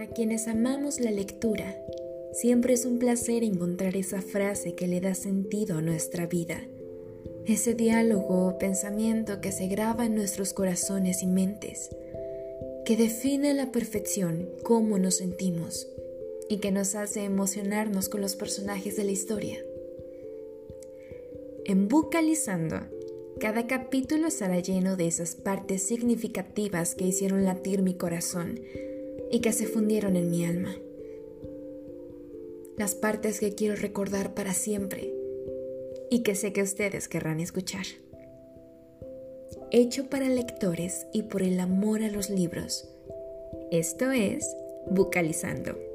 Para quienes amamos la lectura, siempre es un placer encontrar esa frase que le da sentido a nuestra vida, ese diálogo o pensamiento que se graba en nuestros corazones y mentes, que define a la perfección cómo nos sentimos y que nos hace emocionarnos con los personajes de la historia. En Vocalizando, cada capítulo estará lleno de esas partes significativas que hicieron latir mi corazón y que se fundieron en mi alma. Las partes que quiero recordar para siempre y que sé que ustedes querrán escuchar. Hecho para lectores y por el amor a los libros. Esto es Vocalizando.